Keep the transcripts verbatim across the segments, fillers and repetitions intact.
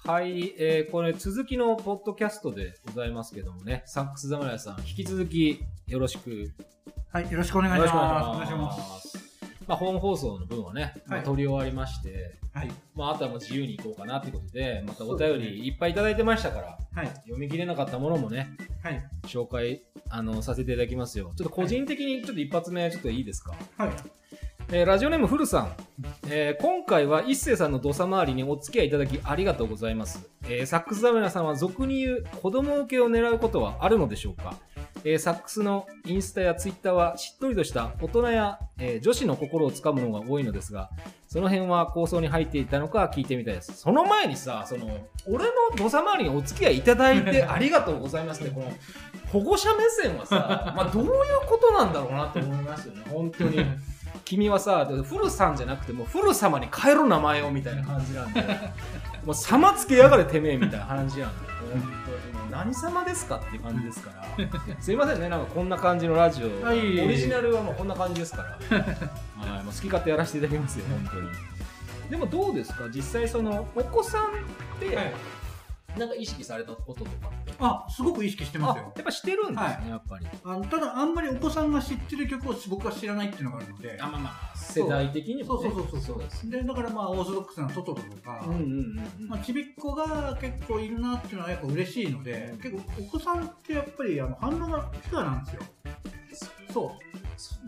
はい、えー、これ続きのポッドキャストでございますけどもね、サックス侍さん、引き続きよろしく。 はい、よろしくお願いします。お願いします。 まあ、本放送の分はね、まあ、撮り終わりまして、はい、まあ、あとはもう自由に行こうかなということで、またお便りいっぱいいただいてましたから、はい、読み切れなかったものもね、はい、紹介あのさせていただきますよ。ちょっと個人的にちょっと一発目ちょっといいですか。はい。えー、ラジオネームフルさん、えー、今回は一星さんの土佐回りにお付き合いいただきありがとうございます。えー、サックス侍さんは俗に言う子供受けを狙うことはあるのでしょうか。えー、サックスのインスタやツイッターはしっとりとした大人や、えー、女子の心をつかむのが多いのですが、その辺は構想に入っていたのか聞いてみたいです。その前にさ、その俺の土佐回りにお付き合いいただいてありがとうございますってこの保護者目線はさ、まあどういうことなんだろうなって思いますよね、本当に。君はさ、フルさんじゃなくてもうフル様に変えろ名前をみたいな感じなんで、もう様つけやがれてめえみたいな話なんで、本当に何様ですかっていう感じですから。すいませんね、なんかこんな感じのラジオ、はい、オリジナルはもうこんな感じですから、はい、もう好き勝手やらせていただきますよ本当に。でもどうですか、実際そのお子さんって、はい、なんか意識されたこととかって。 あ、すごく意識してますよ。 やっぱしてるんですね、はい、やっぱり。 あのただあんまりお子さんが知ってる曲を僕は知らないっていうのがあるので。 あ、まあまあ世代的にもね。 そうそうそうそうです。でだからまあオーソドックスなトトロとか、うんうんうん、まあちびっ子が結構いるなっていうのはやっぱ嬉しいので、結構お子さんってやっぱりあの反応がピュアなんですよ。そう。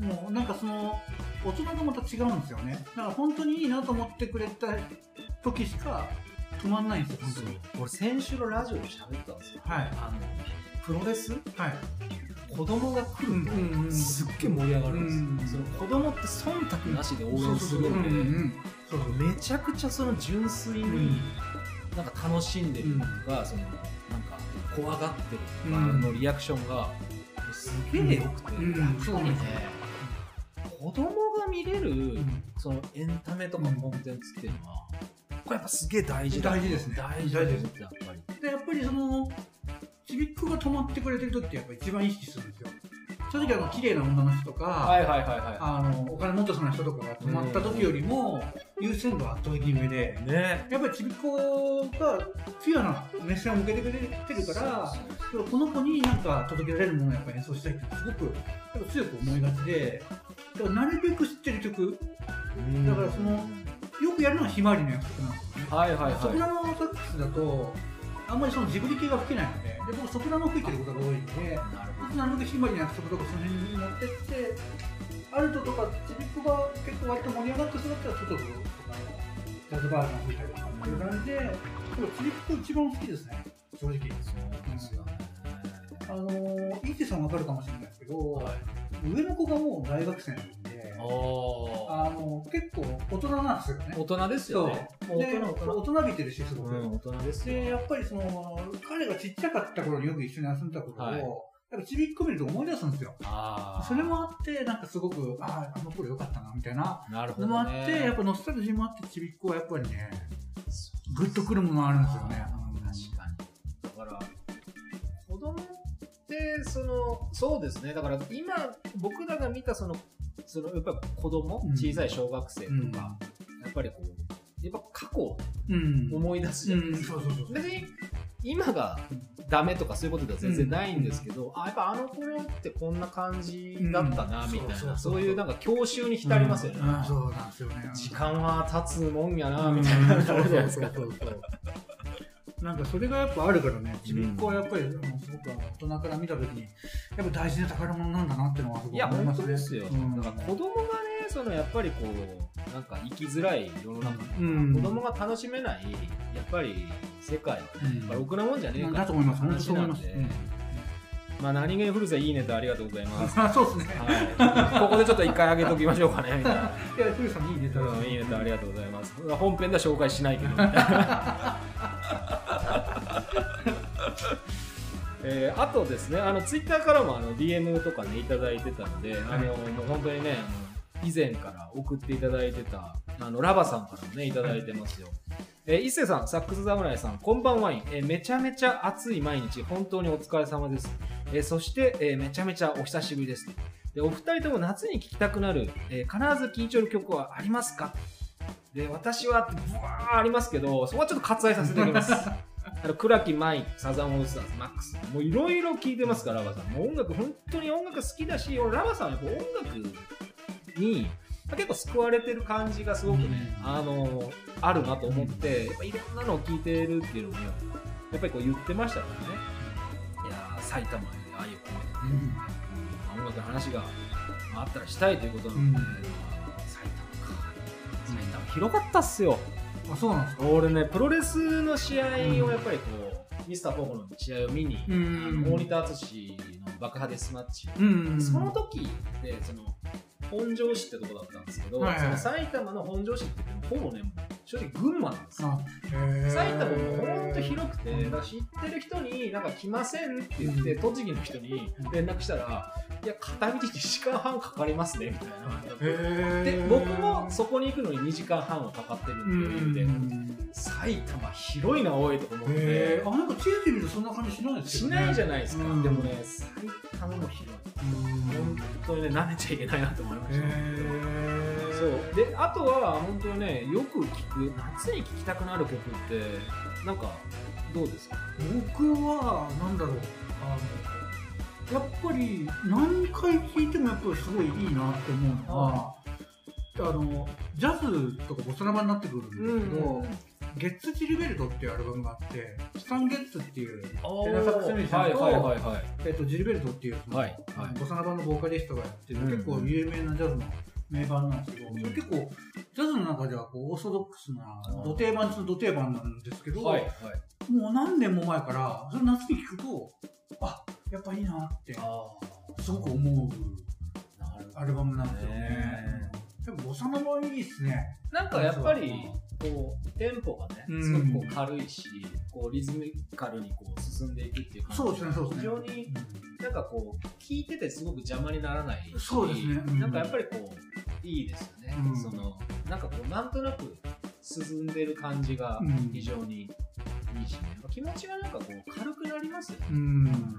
もうなんかその大人とまた違うんですよね。だから本当にいいなと思ってくれた時しか止まんないんですよ、本当に。 俺先週のラジオで喋ったんですよ。はい。あのプロレス、はい、子供が来ると、うんうん、すっげえ盛り上がるんですよ。うんうん、その子供って忖度なしで応援するんで、めちゃくちゃその純粋になんか楽しんでるとか、うん、そのなんか怖がってるとかのリアクションがすげえ良くて、うんうん、やっぱりね、子供が見れるそのエンタメとかコンテンツっていうのは、これやっぱすげえ大事だ。 大事ですね。 大事ですね、やっぱり。 でやっぱりそのちびっ子が止まってくれてる時ってやっぱ一番意識するんですよ。正直あの綺麗な女の人とか、はいはいはいはい、あのお金持ってそうな人とかが止まった時よりも優先度は圧倒的に上で、ね、やっぱりちびっ子がピュアな目線を向けてくれてるから、この子になんか届けられるものをやっぱ演奏したいってすごくやっぱ強く思いがちで、だからなるべく知ってる曲、だからそのよくやるのはひまわりの約束なんですよね。はいはいはい。ソプラノサックスだとあんまりそのジブリ系が吹けないので、で僕ソプラノ吹いてることが多いので、なるべくひまわりの約束とかその辺に持ってって、アルトとかちびっ子が結構割と盛り上がってそうだったらトトロとかジャズバージョン吹いたりとかっていう感じで、ちびっ子一番好きですね、正直。そうですよね。あのー、イーティさんわかるかもしれないですけど、はい、上の子がもう大学生なんで、あの結構大人なんですよね。 大人ですよね。 で大人びてるしすごく、 うん、大人ですでやっぱりその彼がちっちゃかった頃によく一緒に遊んだことを、はい、やっぱちびっこ見ると思い出すんですよ。あそれもあってなんかすごくあああの頃良かったなみたいなのもあって、やっぱノスタルジーもあってちびっこはやっぱりねグッとくるものがあるんですよね。 確かに。だから子供ってそのそうですね。だから今僕らが見たそのそのやっぱり子供、うん、小さい小学生とか、うん、やっぱりこうやっぱ過去を思い出すじゃないですか。別に今がダメとかそういうことでは全然ないんですけど、うん、あやっぱあの頃ってこんな感じだったなみたいな、そういうなんか郷愁に浸りますよね。 うんうん、そうなんですよね。 時間は経つもんやなみたいな、うん、そうそうそうそうなんかそれがやっぱあるからね、ちびっ子はやっぱり、うん、すごく大人から見たときにやっぱ大事な宝物なんだなっていうのはすごく思いますね。いや本当ですよ。うん、だから子供がね、そのやっぱりこうなんか生きづらい世の中、うん、子供が楽しめないやっぱり世界はね、うん、やっぱろくなもんじゃねえかっていう話なんで。まあ何気に古さんいいネタありがとうございます。 あ、そうですね。 はい。ここでちょっと一回上げときましょうかねみたいな。いや古さんいいネタ、 うん、いいネタありがとうございます。本編では紹介しないけど。えー、あとですね、あのツイッターからもあの ディーエム とかねいただいてたので、はい、あのもう本当にねあの以前から送っていただいてたあのラバさんからもねいただいてますよ。はい、えー、伊勢さん、サックス侍さん、こんばんは、えー、めちゃめちゃ暑い毎日本当にお疲れ様です。えー、そして、えー、めちゃめちゃお久しぶりです。でお二人とも夏に聴きたくなる、えー、必ず聴いちゃう曲はありますか？でで私はってブワーありますけど、そこはちょっと割愛させていただきます。あの倉木舞、サザンオールスターズ、マックス、もういろいろ聴いてますから、ラバさん。もう音楽、本当に音楽好きだし、俺ラバさんはやっぱ音楽に結構救われてる感じがすごくね、うん、あのあるなと思って、やっぱいろんなのを聴いてるっていうのもやっぱりこう言ってましたからね。いやー、埼玉で愛を込めて、ね、うん、音楽の話があったらしたいということなので、うん、埼玉か。埼玉広かったっすよ。 あ、そうなんですか。 俺ね、プロレスの試合をやっぱりこう、ミスターポーコの試合を見に、うん、大仁田敦の爆破デスマッチ、うん、その時でその本庄市ってとこだったんですけど、はいはい、その埼玉の本庄市ってほぼね、正直群馬なんですよ。埼玉もほんと広くて、だから知ってる人になんか来ませんって言って、うん、栃木の人に連絡したら、いや片道にじかんはんかかりますねみたいな。で僕もそこに行くのににじかんはんはかかってるんで、うん、埼玉広いなおいとか思って、 あ、なんか地図見るとそんな感じしないですよね。 しないじゃないですか。うん、でもね、埼玉も広い。本当にね、舐めちゃいけないなと思いました。そうで、あとは本当にね、よく聞く、夏に聴きたくなる曲ってなんかどうですか？ 僕はなんだろう、あのやっぱり何回聴いてもやっぱりすごいいいなって思うのは、あのジャズとかボサノバになってくるんですけど、うん、ゲッツ・ジルベルトっていうアルバムがあって、スタン・ゲッツっていうテナーサックスミュージシャンと、はいはいはいはい、えっと、ジルベルトっていうその、はいはい、ボサノバのボーカリストがやってる、うん、結構有名なジャズの名盤なんですけど、うん、それ結構ジャズの中ではこうオーソドックスなド定番中のド定番なんですけど、はいはい、もう何年も前からそれ夏に聴くと、あ、やっぱいいなってすごく思うアルバムなんですよね。でもボサノバいいっすね。 なんかやっぱりこうテンポがね、すごくこう軽いし、こうリズミカルにこう進んでいくっていう感じ。 そうですね、そうですね。 非常になんかこう聴いててすごく邪魔にならないし、 そうですね。うん、 なんかやっぱりこういいですよね。うん、そのなんかこうなんとなく進んでる感じが非常にいいし、ね、うん、気持ちがなんかこう軽くなりますよね。うん。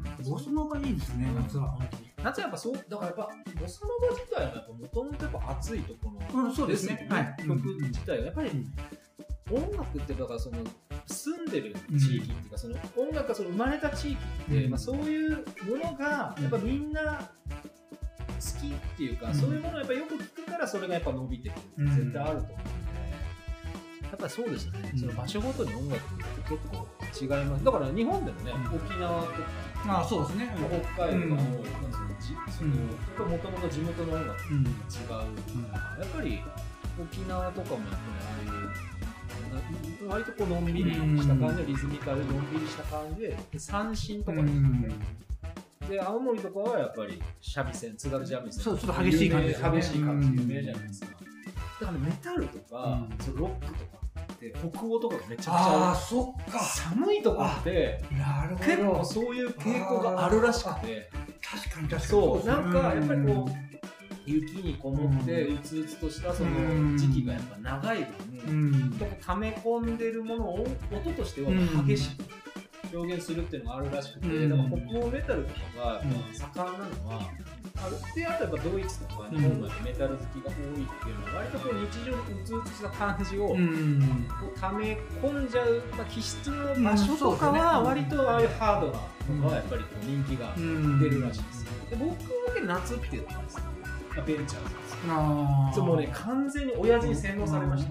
ボサノバいいですね、夏は本当に。 夏はやっぱそう、だからやっぱボサノバ自体はやっぱもともとやっぱ熱いところ、 うん、そうですね。はい。 曲自体はやっぱり音楽ってだからその住んでる地域っていうか、その音楽がその生まれた地域って、まあそういうものがやっぱみんな好きっていうか、そういうものをやっぱよく聞くからそれがやっぱ伸びてくるって絶対あると思うんで、やっぱりそうですよね。その場所ごとに音楽って結構違います。だから日本でもね、沖縄とか、 ああそうですね、 北海道が多い、そのもともと地元の音楽が違う、やっぱり沖縄とかもやっぱりああいう割とこうのんびりした感じで、リズミカルのんびりした感じで三振とかね、で青森とかはやっぱり三味線、津軽三味線、 そうちょっと激しい感じですね、 激しい感じ有名じゃないですか。だからメタルとか、そのロックとかって北欧とかがめちゃくちゃ、 あ、そっか、 寒いとこって結構そういう傾向があるらしくて、 確かに確かに、 そうなんかやっぱりこう雪にこもってうつうつとしたその時期がやっぱ長い分、溜め込んでるものを音としては激しく表現するっていうのがあるらしくて、だから北欧メタルとかが盛んなのは、であとやっぱドイツとか日本のメタル好きが多いっていうのは割とこう日常のうつうつした感じをこう溜め込んじゃう、まあ、気質の場所とかは割とああいうハードなのがやっぱりこう人気が出るらしいです。で僕だけ夏って言ったんですよ。ベンチャーズです。あそうもうね、完全に親父に洗脳されました。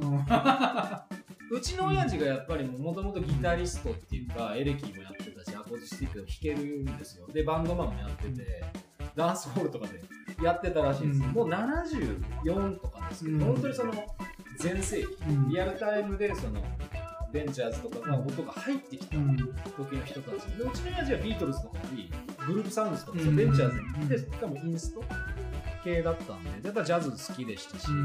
うちの親父がやっぱりもともとギタリストっていうかエレキもやってたし、アコースティックを弾けるんですよ。でバンドマンもやってて、ダンスホールとかでやってたらしいんです。うん、もうななじゅうよんとかですけど、うん、本当にその全盛期、うん、リアルタイムでそのベンチャーズとかが音が入ってきた時の人たちで、うちの親父はビートルズとかよりグループサウンズとか、うん、ベンチャーズでしかもインスト系だったんで、やっぱジャズ好きでしたし、うん、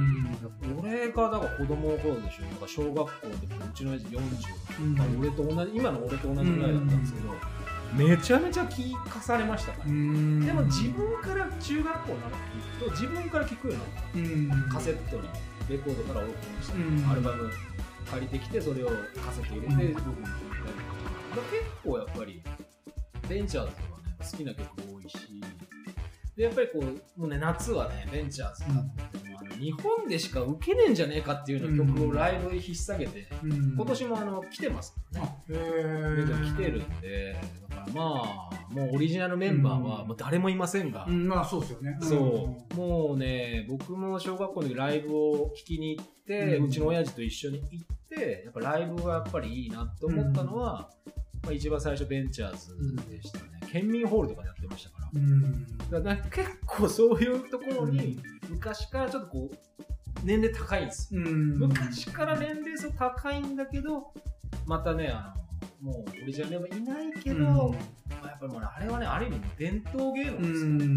俺がだから子供の頃でしょ、なんか小学校でうちの親父よんじゅう、うんまあ、俺と同じ今の俺と同じぐらいだったんですけど、うん、めちゃめちゃ聞かされましたから、ね、うんでも自分から中学校になっていくと自分から聞くようになった、うん、カセットにレコードから録音したり、うん、アルバム借りてきてそれをカセット入れて僕に聴いたりとか、結構やっぱりベンチャーズとかね好きな曲多いし、でやっぱりこうもうね夏はねベンチャーズだってもある日本でしか受けねえんじゃねえかっていうような曲をライブに引っ提げて、うん、今年もあの来てますからね。へー。来てるんで、だからまあ、もうオリジナルメンバーはもう誰もいませんが。 うん、まあそうですよね。 そう。もうね、僕も小学校の時ライブを聴きに行って、うん、うちの親父と一緒に行って、やっぱライブがやっぱりいいなと思ったのは、うんまあ、一番最初ベンチャーズでしたね。うん、県民ホールとかでやってましたから。うん、だから結構そういうところに昔からちょっとこう年齢高いんですよ、うん、昔から年齢層高いんだけどまたねあのもうオリジナルでもいないけど、うんまあ、やっぱりもうあれはねある意味伝統芸能ですよ、うん、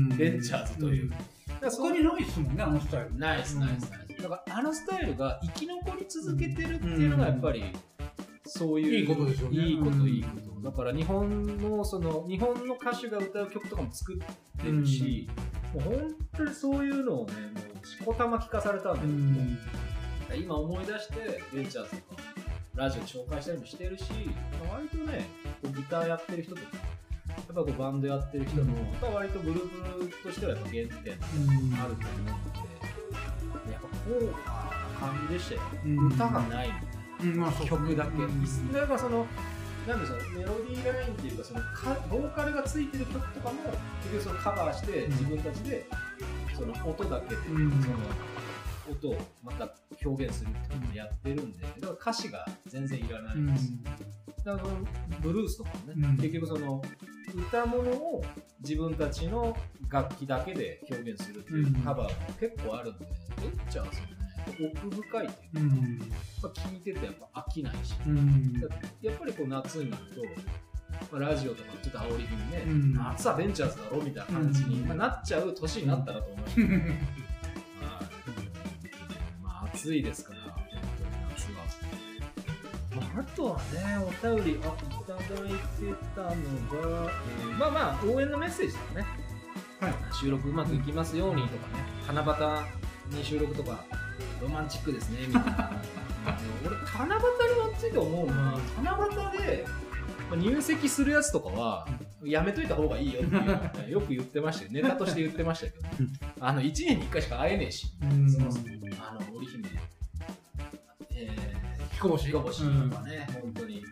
ベンチャーズという、うん、だからそこにないですもんねあのスタイルないですないですないですだからあのスタイルが生き残り続けてるっていうのがやっぱりそういういいことですよね。 いいこといいこと。だから日本のその日本の歌手が歌う曲とかも作ってるし、うん、もう本当にそういうのをね、もうしこたま聞かされたんだけど、うん、今思い出してベンチャーズとかラジオで紹介したりもしてるし、割とね、こうギターやってる人とか、やっぱこうバンドやってる人も、やっぱ割とグループとしてはやっぱ原点あると思うので、やっぱ高価な感じでしたよ。うん、歌がない。うんまあ、曲だけ、うん、だからそのなんでしょうメロディーラインっていうかそのかボーカルがついてる曲とかも結局そのカバーして自分たちでその音だけでその音をまた表現するってことをやってるんでだから歌詞が全然いらないんですよ、うん、だからブルースとかもね、うん、結局その歌物を自分たちの楽器だけで表現するっていうカバーが結構あるんでめっちゃ遊ぶ奥深いっていうか、うん、やっぱ聞いててやっぱ飽きないし、うん、やっぱりこう夏になると、まあ、ラジオとかちょっと煽り気味ね、うん、夏はベンチャーズだろみたいな感じに、うんまあ、なっちゃう年になったなと思います、うんまあ、まあ暑いですから本当に夏は、まあ、あとはねお便りあいただいてたのが、えー、まあまあ応援のメッセージとかね、はい、収録うまくいきますようにとかね七夕に収録とかロマンチックですねみたいな俺七夕について思うのは七夕で入籍するやつとかはやめといた方がいいよっていうよく言ってましたよネタとして言ってましたけどあのいちねんにいっかいしか会えねえしそもそもあの織姫えー、彦星彦星とかね本当に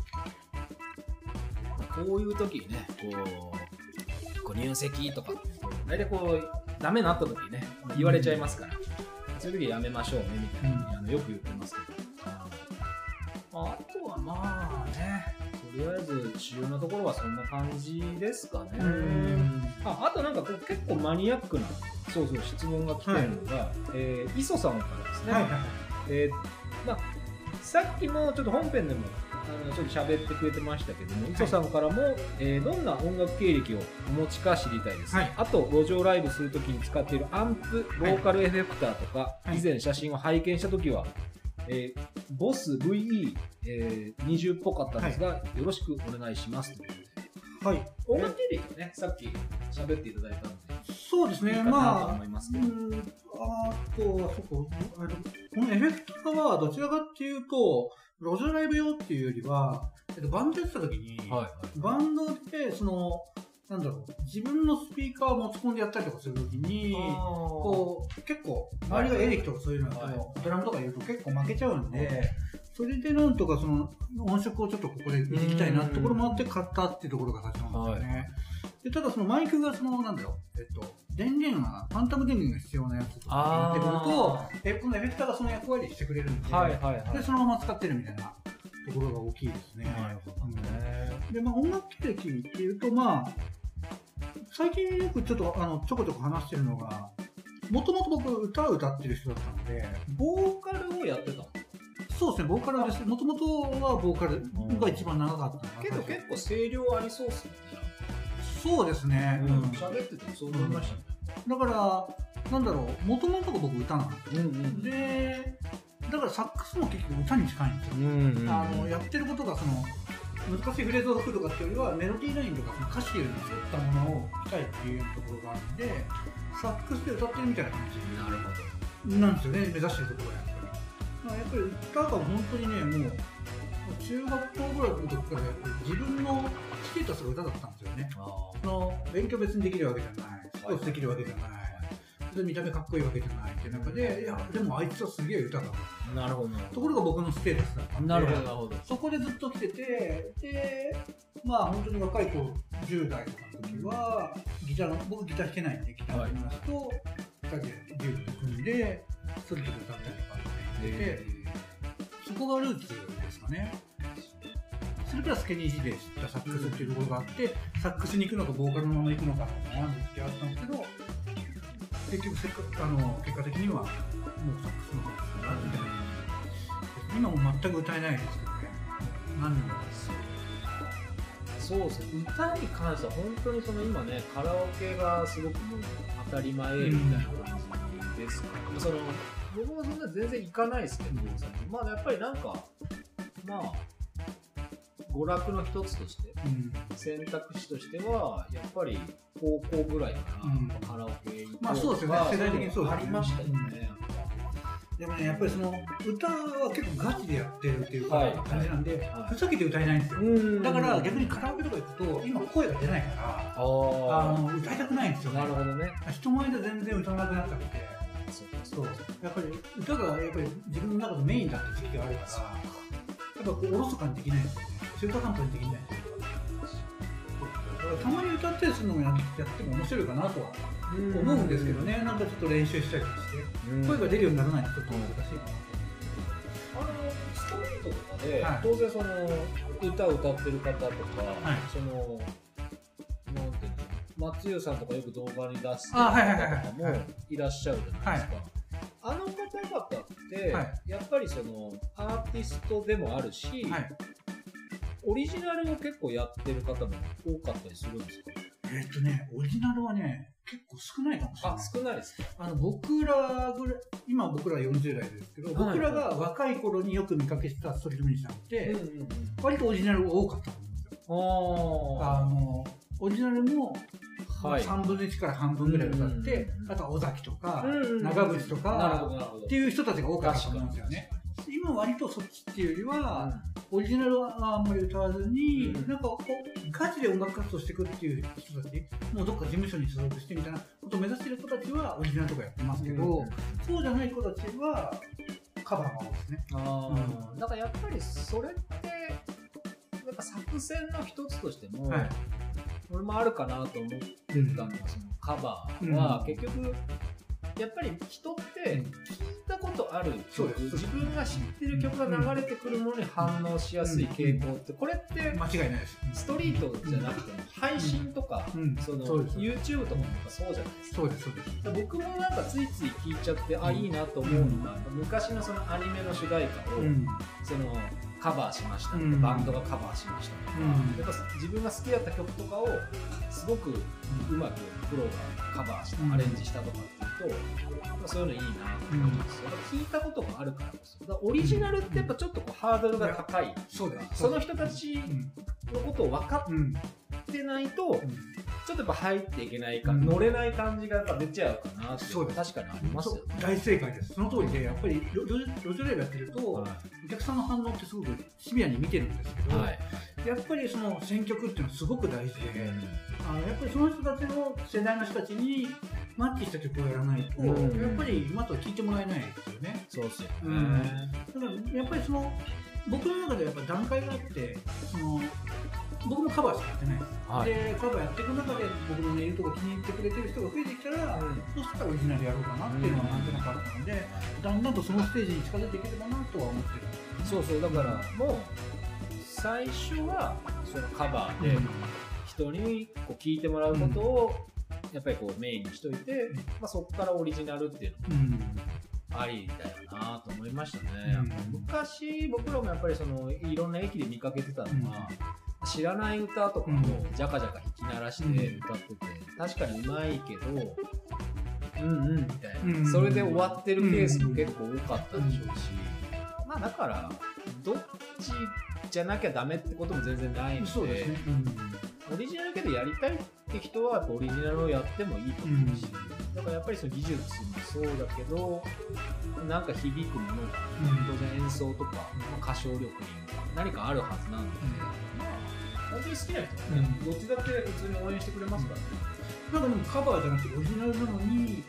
こういう時にねこう、こう入籍とか大体こうダメになった時にね言われちゃいますから、うんそういう時やめましょうねみたいな、うん、あのよく言ってますけど、あ, あとはまあねとりあえず主要なところはそんな感じですかね。あ, あとなんかこう結構マニアックなそうそう質問が来てるのが、はいえー、磯さんからですね、はいはいえーまあ、さっきもちょっと本編でもあのちょっと喋ってくれてましたけども、はい、磯さんからも、えー、どんな音楽経歴をお持ちか知りたいです、はい、あと路上ライブするときに使っているアンプボーカルエフェクターとか、はい、以前写真を拝見したときは、えー、ボス ブイイー、えー、にじゅうっぽかったんですが、はい、よろしくお願いしますということで、はい、音楽経歴をねさっき喋っていただいたのでそうですねいいかなと思いますけど、まあ、うんあとはそここのエフェクターはどちらかっていうと路上ライブ用っていうよりは、えっと、バンドやってた時に、はいはい、バンドでそのなんだろう自分のスピーカーを持ち込んでやったりとかする時にこう結構周りがエレキとかそういうのだと、はい、ドラムとか言うと結構負けちゃうんで、はい、それでなんとかその音色をちょっとここで入れていきたいなってところもあって買ったっていうところが最初なんですよね、はい、でただそのマイクがそのなんだろうえっと電源がファンタム電源が必要なやつとかになってくるとえこのエフェクターがその役割してくれるんで、はいはいはい、でそのまま使ってるみたいなところが大きいですね。なるほどね。でまあ音楽経歴っていうとまあ最近よくちょっとあのちょこちょこ話してるのがもともと僕歌を歌ってる人だったのでボーカルをやってたのそうですねボーカルですもともとはボーカルが一番長かったけど結構声量ありそうっすよねそうですね喋、うん、っててそう思いましたね、 うん、だからなんだろうもともとが僕歌なんですよ、うんうん、でだからサックスも結局歌に近いんですよ、うんうんうん、あのやってることがその難しいフレーズを吹くとかっていうよりはメロディーラインとかその歌詞よりもそういったものを吹きたいっていうところがあるんでサックスで歌ってるみたいな感じなるほどなんですよね目指してるところはやっぱりやっぱり歌が本当にねもう中学校ぐらいの時からやっぱり自分の好きとする歌だったんですよねその勉強別にできるわけじゃないスポーツできるわけじゃない、はい、 見た目かっこいいわけじゃないって中で、いやでもあいつはすげえ歌だ。 なるほど。 ところが僕のステータスだったんで、 なるほどなるほど。 そこでずっと来てて、でまあ本当に若い子じゅう代とかの時はギターの僕ギター弾けないんでギター弾きますと、はい、ふたりでデュエット組んでそれぞれ歌ったりとかしてて、そこがルーツですかね。それからスケニージで知ったサックスっていうところがあって、サックスに行くのかボーカルのまま行くのか悩んで時期あったんですけど、結局せっかあの結果的にはもうサックスの方かなみたいな。今も全く歌えないですけどね。何年もそうですね。歌に関しては本当にその今ねカラオケがすごくもう当たり前みたいな感じですから、うん、その僕もそんな全然行かないですけど、うん、まあやっぱりなんかまあ娯楽の一つとして、うん、選択肢としてはやっぱり高校ぐらいから、うん、カラオケ行くとか、まあそうですよね、世代的にそうですね、ありましたよね。うん、でもねやっぱりその歌は結構ガチでやってるっていう感じなんで、はいはい、ふざけて歌えないんですよ。だから逆にカラオケとか行くと今声が出ないからあの歌いたくないんですよね。 なるほどね。 人前で全然歌わなくなっちゃって、そうやっぱり歌がやっぱり自分の中のメインだった時期があるから、やっぱこうおろそかにできないんですよね。中途半端にできないというか、だからたまに歌ったりするのもやっても面白いかなとは思うんですけどね。なんかちょっと練習したりとかして声が出るようにならないとちょっと難しいかなと。 あのストリートとかで、はい、当然その歌を歌ってる方とか、はい、そのなんていうの松代さんとかよく動画に出す方とかもいらっしゃるじゃないですか。あの方々って、はい、やっぱりそのアーティストでもあるし、はい、オリジナルを結構やってる方も多かったりするんですか？ えっとね、オリジナルはね、結構少ないかもしれない。 あ、少ないですか？ あの僕らぐらい、今僕らよんじゅう代ですけど、はい、僕らが若い頃によく見かけてたストリートミュージシャンって、うんうんうん、割とオリジナルが多かったと思うんですよ。ああのオリジナルも、はい、さんぶんのいちから半分ぐらい歌って、うんうん、あとは尾崎とか、うんうん、長渕とかっていう人たちが多かったと思うんですよね。今割とそっちっていうよりは、うん、オリジナルはあんまり歌わずに、うん、なんかこうガチで音楽活動していくっていう人たち、もうどっか事務所に所属してみたいなことを目指している人たちはオリジナルとかやってますけど、うん、そうじゃない子たちはカバーが多いですね。 あ、うん、だからやっぱりそれってなんか作戦の一つとしても、はい、俺もあるかなと思ってたのが、そのカバーは結局やっぱり人って聞いたことある曲、自分が知ってる曲が流れてくるものに反応しやすい傾向って、これって間違いないです。 ストリートじゃなくても配信とか、その YouTube とかもそうじゃないですか。 そうですそうです。 僕もなんかついつい聞いちゃって、あ、いいなと思うのが、昔のそのアニメの主題歌をそのカバーしました、うん、バンドがカバーしましたとか、うん、やっぱ自分が好きだった曲とかをすごくうまくプロがカバーした、うん、アレンジしたとかっていうと、まあ、そういうのいいなと思うんですよ。うん、聞いたことがあるからこそ。だからオリジナルってやっぱちょっとこうハードルが高い、うん、そうだよ。その人たちのことを分かってないと、うん、ちょっとやっぱ入っていけないか、うん、乗れない感じがやっぱ出ちゃうかなって。そうです。確かにありますよね。 大正解です。その通りで、やっぱり路上ライブやってると、はい、お客さんの反応ってすごくシビアに見てるんですけど、はい、やっぱりその選曲っていうのはすごく大事で、うん、あのやっぱりその人たちの世代の人たちにマッチした曲をやらないと、うん、やっぱり今とは聴いてもらえないですよね。 そうですよね。 うん、だからやっぱりその僕の中ではやっぱ段階があって、その僕もカバーしかやってないです、はい、でカバーやっていく中で僕のネイルとか気に入ってくれてる人が増えてきたら、うん、そうしたらオリジナルやろうかなっていうのはなんとなくあったので、うん、だんだんとそのステージに近づいていければなとは思ってる。 そうそう、だからもう最初はそのカバーで人にこう聴いてもらうことをやっぱりこうメインにしといて、うん、まあ、そこからオリジナルっていうのも、うんありだよなと思いましたね。うん、昔僕らもやっぱりそのいろんな駅で見かけてたのは、うん、知らない歌とかをジャカジャカ弾き鳴らして歌ってて、うん、確かにうまいけどうんうんみたいな、うん、それで終わってるケースも結構多かったでしょうし、うん、まあだからどっちじゃなきゃダメってことも全然ないので、そうですね、うん、オリジナルけどやりたいって人はやっぱオリジナルをやってもいいと思うし、うん、だからやっぱりその技術もそうだけどなんか響くものが、当然演奏とか、まあ、歌唱力に何かあるはずなんで、うん、まあ本当に好きな人はね、うん、どっちだって普通に応援してくれますからね。 なんかでもカバーじゃなくてオリジナルなのに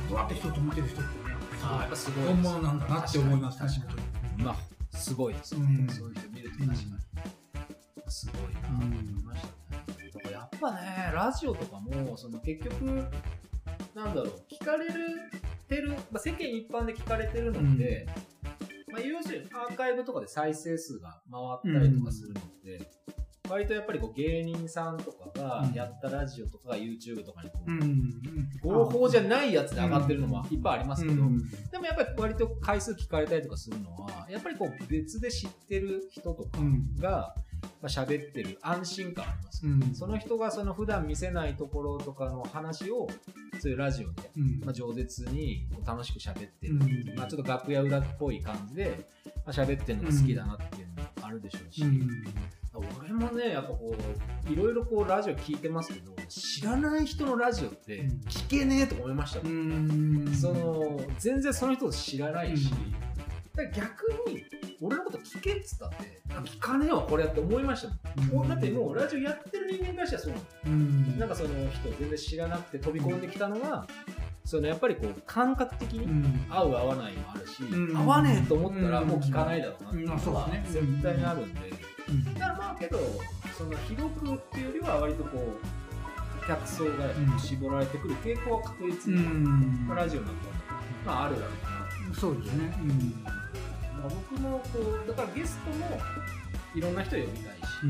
ぶわって人止めてる人ってね、 あやっぱすごい本物なんだなって思います。 確かに。まあすごいですね。うん、そういう人見ると確かに、うん、すごいなと思いましたね。だからやっぱねラジオとかもその結局なんだろう聞かれるてる、まあ、世間一般で聞かれてるので、うんまあ、要するにアーカイブとかで再生数が回ったりとかするので。うん割とやっぱりこう芸人さんとかがやったラジオとかが YouTube とかにこう、うん、合法じゃないやつで上がってるのもいっぱいありますけど、うん、でもやっぱり割と回数聞かれたりとかするのはやっぱりこう別で知ってる人とかが喋ってる安心感あります、うん、その人がその普段見せないところとかの話をそういうラジオで、うんまあ、饒舌に楽しく喋ってる、うんまあ、ちょっと楽屋裏っぽい感じで喋ってるのが好きだなっていうのもあるでしょうし、うん俺もねやっぱこういろいろこうラジオ聞いてますけど知らない人のラジオって聞けねえと思いましたもん、うん、その全然その人知らないし、うん、だから逆に俺のこと聞けっつったって聞かねえわこれやって思いましたもん、うん、だってもうラジオやってる人間からしたらそうなの、うん、なんかその人全然知らなくて飛び込んできたのが、うんそのやっぱりこう感覚的に合う合わないもあるし、うん、合わねえと思ったらもう聞かないだろうなっていうのは絶対にあるんで、うん、だからまあけどその広くっていうよりは割とこう客層が絞られてくる傾向は確実に、うんまあ、ラジオなんかまああるだろうなってそうですね、うんまあ、僕もこうだからゲストもいろんな人呼びたいし、うん、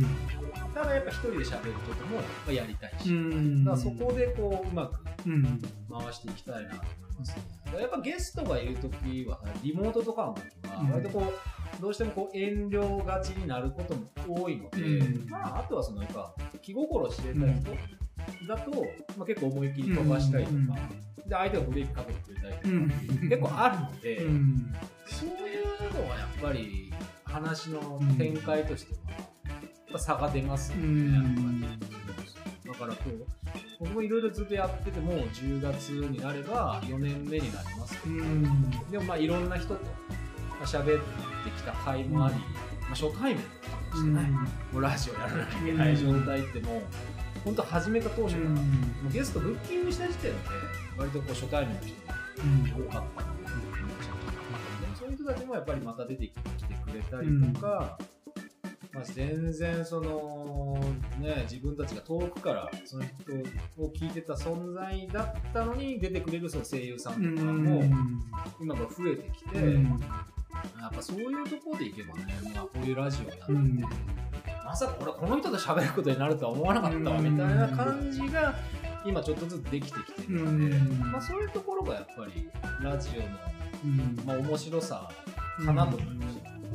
ただやっぱ一人で喋ることもやりたいし、うん、だからそこでこううまく回していきたいなと思いますね。やっぱゲストがいるときはリモートとかのときは割とこうどうしてもこう遠慮がちになることも多いので、うんまあ、あとはそのやっぱ気心知れた人だと、まあ、結構思い切り飛ばしたりとか、うん、で相手がブレーキかけてくれたりとか、うん、結構あるので、うん、そういうのはやっぱり話の展開としてはやっぱ差が出ますよね、うん、やっぱりだからこう僕もいろいろずっとやっててもじゅうがつになればよねんめになりますけど、うん、でもまあいろんな人と喋ってきた回もあり、うんまあ、初対面とかもしてね、うん、もうラジオやらなきゃいけない状態ってもう本当始めた当初から、うん、もうゲストブッキングした時点で割とこう初対面の人が多かったので、うん、そういう人たちもやっぱりまた出てきてくれたりとか、うんまあ、全然その、ね、自分たちが遠くからその人を聞いてた存在だったのに出てくれるその声優さんとかも今が増えてきて、うん、やっぱそういうところでいけばね、まあ、こういうラジオやって、うん、まさか俺この人と喋ることになるとは思わなかったわみたいな感じが今ちょっとずつできてきてるので、うんまあ、そういうところがやっぱりラジオの、うんまあ、面白さかなと思いました、うん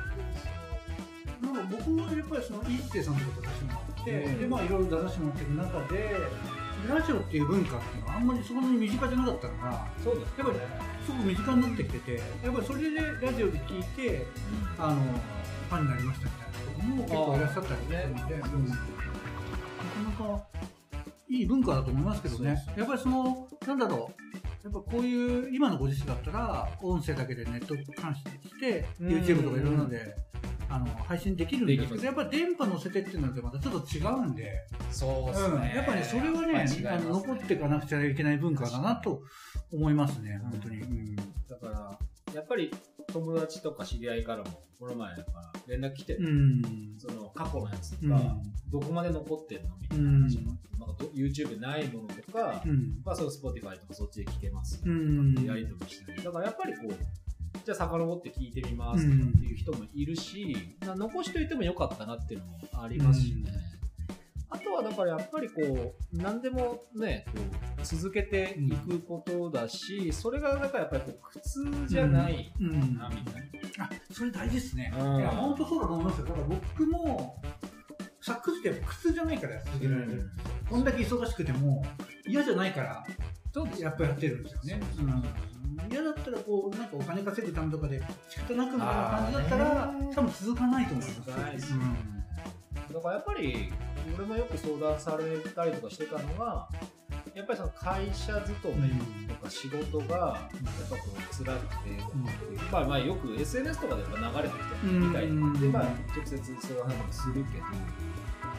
なんか僕もやっぱりその一星さんとかと出してもらって、うん、でまあいろいろ出させてもらっていく中でラジオっていう文化っていうのはあんまりそんなに身近じゃなかったのがそうです、ね、やっぱりすごく身近になってきててやっぱりそれでラジオで聞いて、うん、あのファンになりましたみたいな人も結構いらっしゃったりするので、うん、なかなかいい文化だと思いますけどね。やっぱりそのなんだろうやっぱこういう今のご時世だったら音声だけでネット監視して YouTube とかいろんなのであの配信できるんですけどやっぱり電波乗せてっていうのとまたちょっと違うんでそうですね、 うん、やっぱり、ね、それはね、ねあの残っていかなくちゃいけない文化だなと思いますね本当に、うん、 だからやっぱり友達とか知り合いからもこの前やっぱ連絡来て、うん、その過去のやつとか、うん、どこまで残ってんのみたいな話も、うん、なんか YouTube ないものとか、うんまあ、その Spotify とかそっちで聞けますとかってやり取りしてる、だからやっぱりこうじゃあ遡って聞いてみますとかっていう人もいるし、うん、残しといてもよかったなっていうのもありますしね、うん、あとはだからやっぱりこう何でもねこう続けていくことだし、うん、それがだからやっぱりこう苦痛じゃないなみたいな、うんうん、 あそれ大事ですね、うん、いや本当そうだと思いますよ。だから僕もサックスって苦痛じゃないから続けられる、うん、こんだけ忙しくても嫌じゃないからやっぱやってるんですよね。嫌だったらこうなんかお金稼ぐためとかで仕方なくみたいな感じだったら多分続かないと思います。続かないですよ、 うん、だからやっぱり俺もよく相談されたりとかしてたのがやっぱりその会社勤めとか仕事がやっぱこう辛くて、うんまあ、まあよく エスエヌエス とかでやっぱ流れてきてみたいな、うん、でまあ直接そういう話もするけど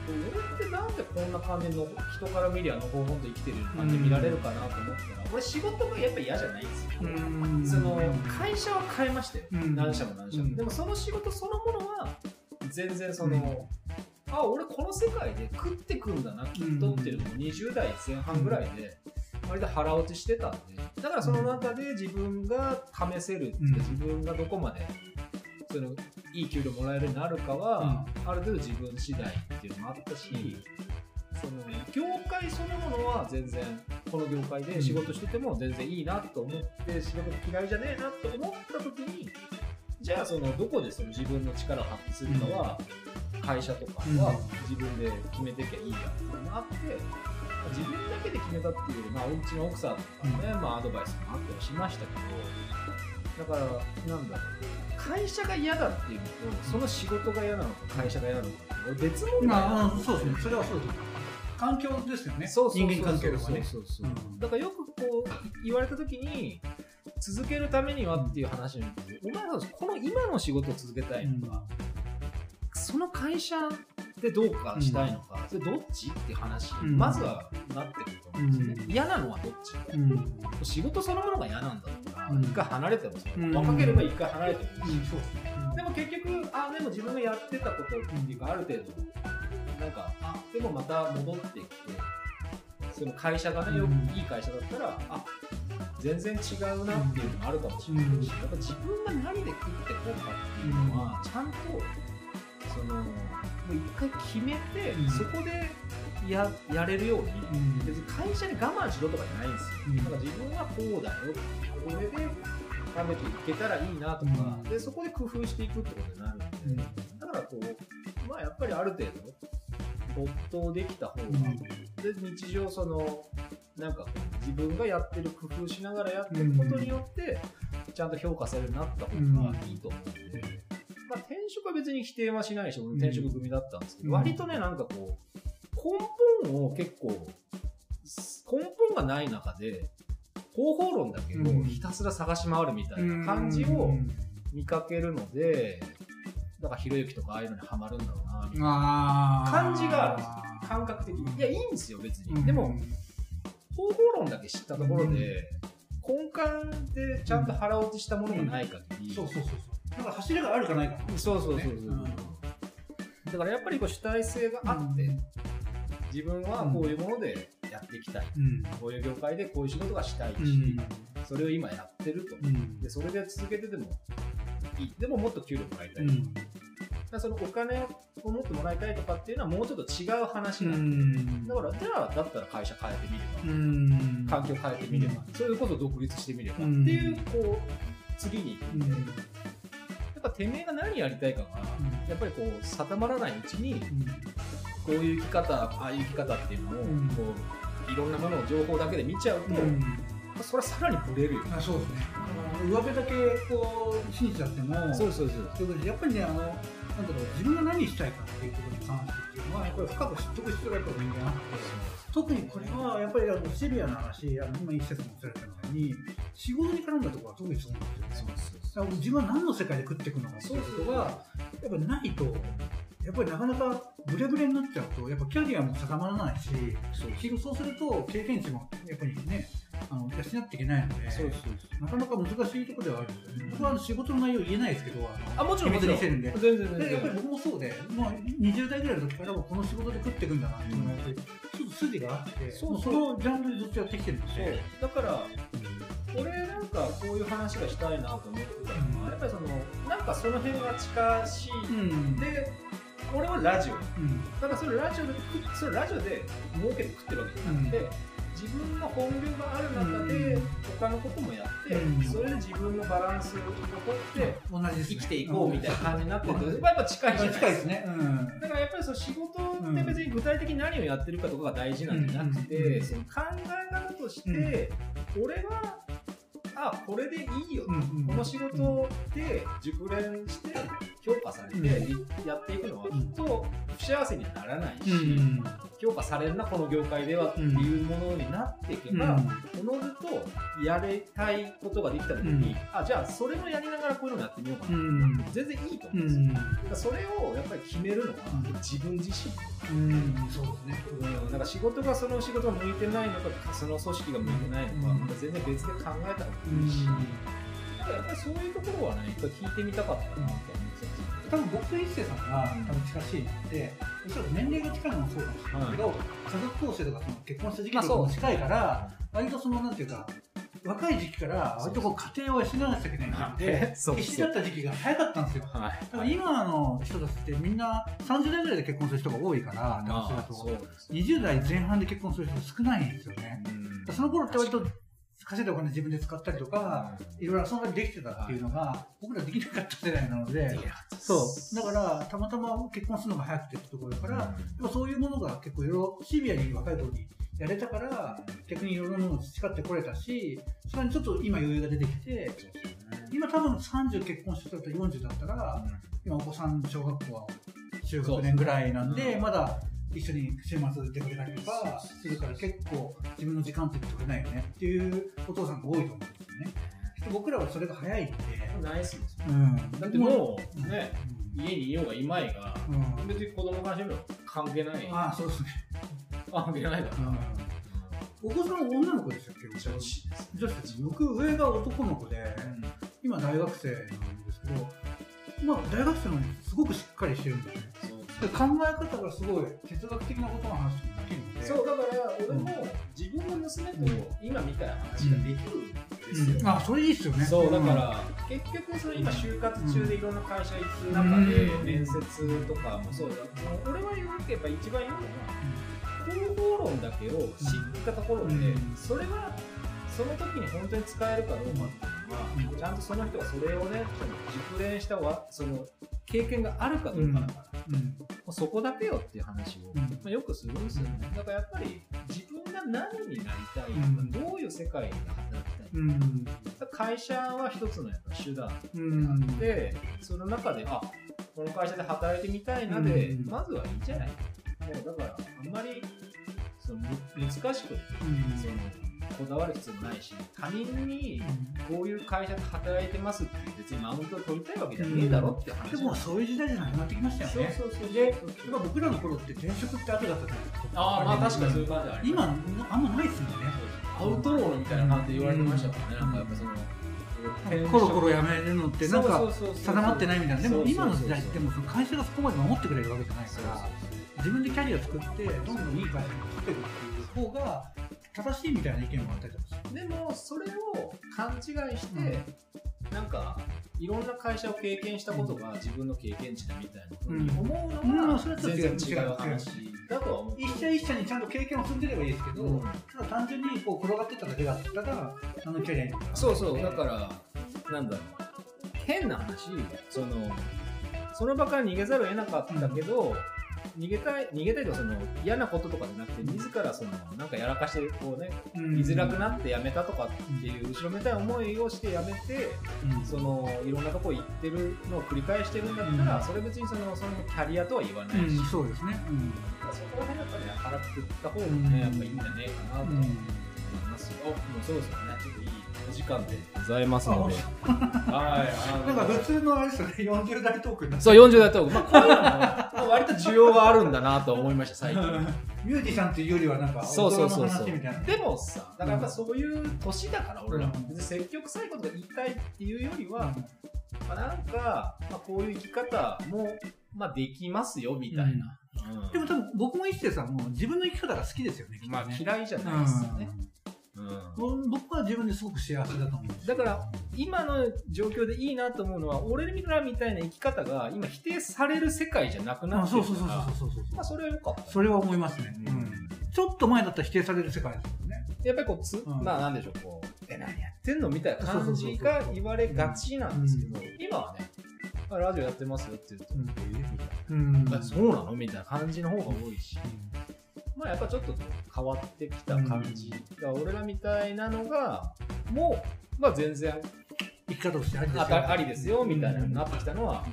俺ってなんでこんな感じの人から見りゃのほほんと生きてる感じで見られるかなと思ったら、俺仕事がやっぱり嫌じゃないんですよ。その会社は変えましたよ、何社も何社も。でもその仕事そのものは全然その、あ、俺この世界で食ってくんだなきっとっていうのもにじゅう代前半ぐらいで割と腹落ちしてたんで、だからその中で自分が試せるっていうか、自分がどこまでそのいい給料もらえるようになるかは、うん、ある程度自分次第っていうのもあったし、その業界そのものは全然この業界で仕事してても全然いいなと思って、仕事嫌いじゃねえなと思った時に、じゃあそのどこでその自分の力を発揮するかは、会社とかは自分で決めてきゃいいやっていうのがあって、自分だけで決めたっていう、まあ、おうちの奥さんとかね、まあ、アドバイスもあったりしましたけど、だからなんだろう、会社が嫌だっていうのと、その仕事が嫌なのか会社が嫌なのかって別問題なんですよ。 そうですね、それはそうです。環境ですよね。 そうそうそうそう、 人間関係とかね。 そうそうそう、うん、だからよくこう言われた時に、続けるためにはっていう話になって、お前はこの今の仕事を続けたいのか、うん、その会社でどうかしたいのか、うん、それどっちっていう話に、うん、まずはなってくると思うんですよね、うん、嫌なのはどっち、うん、仕事そのものが嫌なんだったら、うん、一回離れてもそう、うん、若ければ一回離れてもいいし、うん、そううん、でも結局、あ、でも自分がやってたことっていうか、ある程度なんか、あ、でもまた戻ってきて、その会社がね、よくいい会社だったら、あ、全然違うなっていうのもあるかもしれないし、やっぱ自分が何で食ってこうかっていうのは、ちゃんとそのもう一回決めて、うん、そこで や, やれるように、うん、別に会社に我慢しろとかじゃないんですよ、うん、だから自分はこうだよ、これで食べていけたらいいなとか、うん、でそこで工夫していくってことになるので、うん、だからこう、まあやっぱりある程度没頭できた方が、うん、で日常そのなんか自分がやってる工夫しながらやってることによって、うん、ちゃんと評価されるようになった方がいいと思うんで、うん、まあ、転職は別に否定はしないし、俺転職組だったんですけど、うん、割とね、なんかこう根本を結構根本がない中で方法論だけをひたすら探し回るみたいな感じを見かけるので、だからひろゆきとかああいうのにハマるんだろうなみたいな感じがあるんですよ、感覚的に。いや、いいんですよ別に、うん、でも方法論だけ知ったところで、うん、根幹でちゃんと腹落ちしたものがない限り、うん、そうそうそうそう、 なんか柱があるかないか、 そうそうそうそう、うん、だからやっぱりこう主体性があって、うん、自分はこういうものでやっていきたい、うん、こういう業界でこういう仕事がしたいし、うん、それを今やってると、うん、でそれで続けててもいい、でももっと給料もらいたい、うん、だそのお金を持ってもらいたいとかっていうのはもうちょっと違う話なんで、うん、だからじゃあだったら会社変えてみれば、うん、環境変えてみれば、うん、それこそ独立してみれば、うん、っていうこう次に行くんで、うん、やっぱてめえが何やりたいかが、うん、やっぱりこう定まらないうちに、うん、こういう生き方、ああいう生き方っていうのを、うん、こういろんなものを情報だけで見ちゃうと、うん、それはさらにブレるよ。 あ、そうですね。あの上辺だけこう信じちゃっても、 そうそうそう。 そうやっぱりね、あのなんだろう、自分が何したいかっていうことに関してっていうのはやっぱり深く知っておく必要がやっぱり人間あって、特にこれはやっぱりあのシビアな話、あの今一節もおっしゃられたみたいに仕事に絡んだところは特にそうなんですよね。そうそうそう、自分は何の世界で食っていくのかっていうことがやっぱりないと、やっぱりなかなかブレブレになっちゃうと、やっぱキャリアも定まらないし、そうそうすると経験値もやっぱりね、あの養っていけないので、そうそうそう、なかなか難しいところではあるんですよね。僕はあの仕事の内容言えないですけど、 あ、もちろん秘密にしてるんで、 全然全然。 やっぱり僕もそうで、まあ、にじゅう代ぐらいの時からこの仕事で食っていくんだなっていうのがやっぱりちょっと筋があって、そうそう、そのジャンルでずっとやってきてるんですよ。 だから、うん、俺なんかこういう話がしたいなと思ってたのは、うん、やっぱりそのなんかその辺が近しい、うん、で。俺はラジオ、うん、だからそれラジオでそれラジオで儲けて食ってるわけじゃなくて、うん、自分の本業がある中で他のこともやって、うん、それで自分のバランスをとって生きていこうみたいな感じになってると、うん、やっぱ近いじゃないですか。近いですね、うん、だからやっぱりその仕事って別に具体的に何をやってるかとかが大事なんじゃなくて、うん、その考え方として、うん、俺はあ、これでいいよ、うんうん、この仕事で熟練して評価価されてやっていくのはきっと不幸せにはならないし、うん、評価されるなこの業界ではっていうものになっていけば、おのずとやりたいことができた時に、うん、あじゃあそれをやりながらこういうのやってみようかな、うん、全然いいと思うんですよ、うん、だからそれをやっぱり決めるのは自分自身、 うん、そうですね、 うん、なんか仕事がその仕事が向いてないのかその組織が向いてないのか、また全然別で考えた方がいいし、だからやっぱりそういうところはね一回聞いてみたかったなと思って多分僕と一星さんが多分近しいので、おそらく年齢が近いのもそうかもしれないけど、はい、家族構成とかその結婚した時期とかも近いから、まあ、割とそのなんていうか若い時期から割とこう家庭を養わなきゃいけないので必死だった時期が早かったんですよ。はい、だから今の人たちってみんなさんじゅう代ぐらいで結婚する人が多いから男性だとにじゅう代前半で結婚する人少ないんですよね。その頃って割と稼いだお金自分で使ったりとか、いろいろ遊んだりできてたっていうのが、僕らできなかった世代なので、そうだからたまたま結婚するのが早くてってところだから、でもそういうものが結構いろいろシビアに若い頃にやれたから、逆にいろいろなものを培ってこれたし、それにちょっと今余裕が出てきて、今多分さんじゅう結婚してたらよんじゅうだったら、今お子さん小学校は中学年ぐらいなんで、まだ一緒に週末出かけたりとかするから結構自分の時間って取れないよねっていうお父さんが多いと思うんですよね。僕らはそれが早いんで。 ナイスですよ、うん、だってもうね、うん、家にいようがいまいが、うん、別に子供からしてみれば関係ない。 ああそうですね。 関係ないから、 うん、お子さんは女の子でしたっけ？女子です。女子です。僕上が男の子で、うん、今大学生なんですけど、まあ大学生なのにすごくしっかりしてるんですね。考え方がすごい哲学的なことの話もできるので、 そうだから俺も自分の娘と今みたいな話ができるんですよ、 うんうん、あそれいいっすよね。 そうだから結局その今就活中でいろんな会社行く中で面接とかもそうだ、うん、俺は言わなければ一番言うのは広報論だけを知ったところで、うん、それはその時に本当に使えるかどうかっていうのは、うん、ちゃんとその人がそれをね熟練したわその経験があるかどうかだから、うんうん、そこだけよっていう話を、うんまあ、よくするんですよね。だからやっぱり自分が何になりたい、うん、どういう世界で働きたい、うん、会社は一つのやっぱ手段であって、うん、その中であこの会社で働いてみたいなで、うん、まずはいいじゃない。だからあんまりその難しく、うん、そのこだわる必要もないし、他人にこういう会社で働いてますって別にマウントを取りたいわけじゃねえだろって話、うん、 でもそういう時代じゃなくなってきましたよね。そうそうそう。で、僕らの頃って転職って後だったじゃないですか。 ああ、まあ確かにそういう感じあります。 今あんまないですもんね。 アウトローみたいな感じで言われてましたからね。なんかやっぱそのコロコロ辞めるのってなんか定まってないみたいな。でも今の時代ってもう会社がそこまで守ってくれるわけじゃないから、自分でキャリア作ってどんどんいい会社に作っていくっていう方が正しいみたいな意見もあったりとかする。 でもそれを勘違いして、うん、なんかいろんな会社を経験したことが自分の経験値だみたいなふうに思うのが全然違う話だとは思う。 一社一社にちゃんと経験を積んでればいいですけど、うん、ただ単純にこう転がってっただけだったらあのキャリアに。 そうそう、だからなんだろう、変な話、そのその場から逃げざるを得なかったけど、うん逃げたい逃げたいとかその嫌なこととかじゃなくて自らそのなんかやらかしてこうね居づらくなって辞めたとかっていう後ろめたい思いをして辞めて、うん、そのいろんなとこ行ってるのを繰り返してるんだったら、うん、それ別にそのそのキャリアとは言わないし、 うん、そうですね、うん、 そこら辺やっぱね腹くくった方がねやっぱいいんじゃねえかなと思いますよ。もうそうですよね、ちょっといいお時間でございますのではいなんか普通のあれですよね、よんじゅう代トークになってそうよんじゅう代トーク、まあこういうのも割と需要があるんだなと思いました最近ミュージシャンっていうよりはなんか大人の話みたいな。 でもさ、だからやっぱそういう年だから俺らも別に積極臭いことが言いたいっていうよりは、うんまあ、なんか、まあ、こういう生き方も、まあ、できますよみたいな、うんうん、でも多分僕も一星さんも自分の生き方が好きですよね、きっとね。 まあ嫌いじゃないですよね、 うんうん、僕は自分ですごく幸せだと思うんです。 だから今の状況でいいなと思うのは俺らみたいな生き方が今否定される世界じゃなくなってるから、まあそれは良かった。 それは思いますね、うん、ちょっと前だったら否定される世界ですもんね。 やっぱりこうつ、うん、まあなんでしょう、こうえ何やってんのみたいな感じが言われがちなんですけど、今はねラジオやってますよって言うと、うん、えみたいな、うん、そうなのみたいな感じの方が多いし、まあやっぱちょっと変わってきた感じが、うん、俺らみたいなのがもう、まあ、全然生き方としてありですよ、ありですよみたいなのになってきたのは、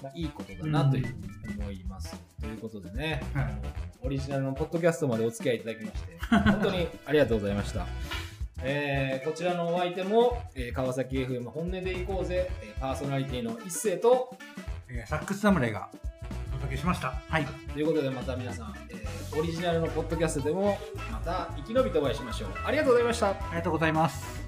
まあ、いいことだなというふうに思います、うん、ということでね、はい、オリジナルのポッドキャストまでお付き合いいただきまして本当にありがとうございましたえー、こちらのお相手も、えー、川崎 エフエム 本音でいこうぜ、えー、パーソナリティの一星と、 えー、サックス侍がお届けしました。はい。 ということでまた皆さん、えー、オリジナルのポッドキャストでもまた生き延びてお会いしましょう。ありがとうございました。ありがとうございます。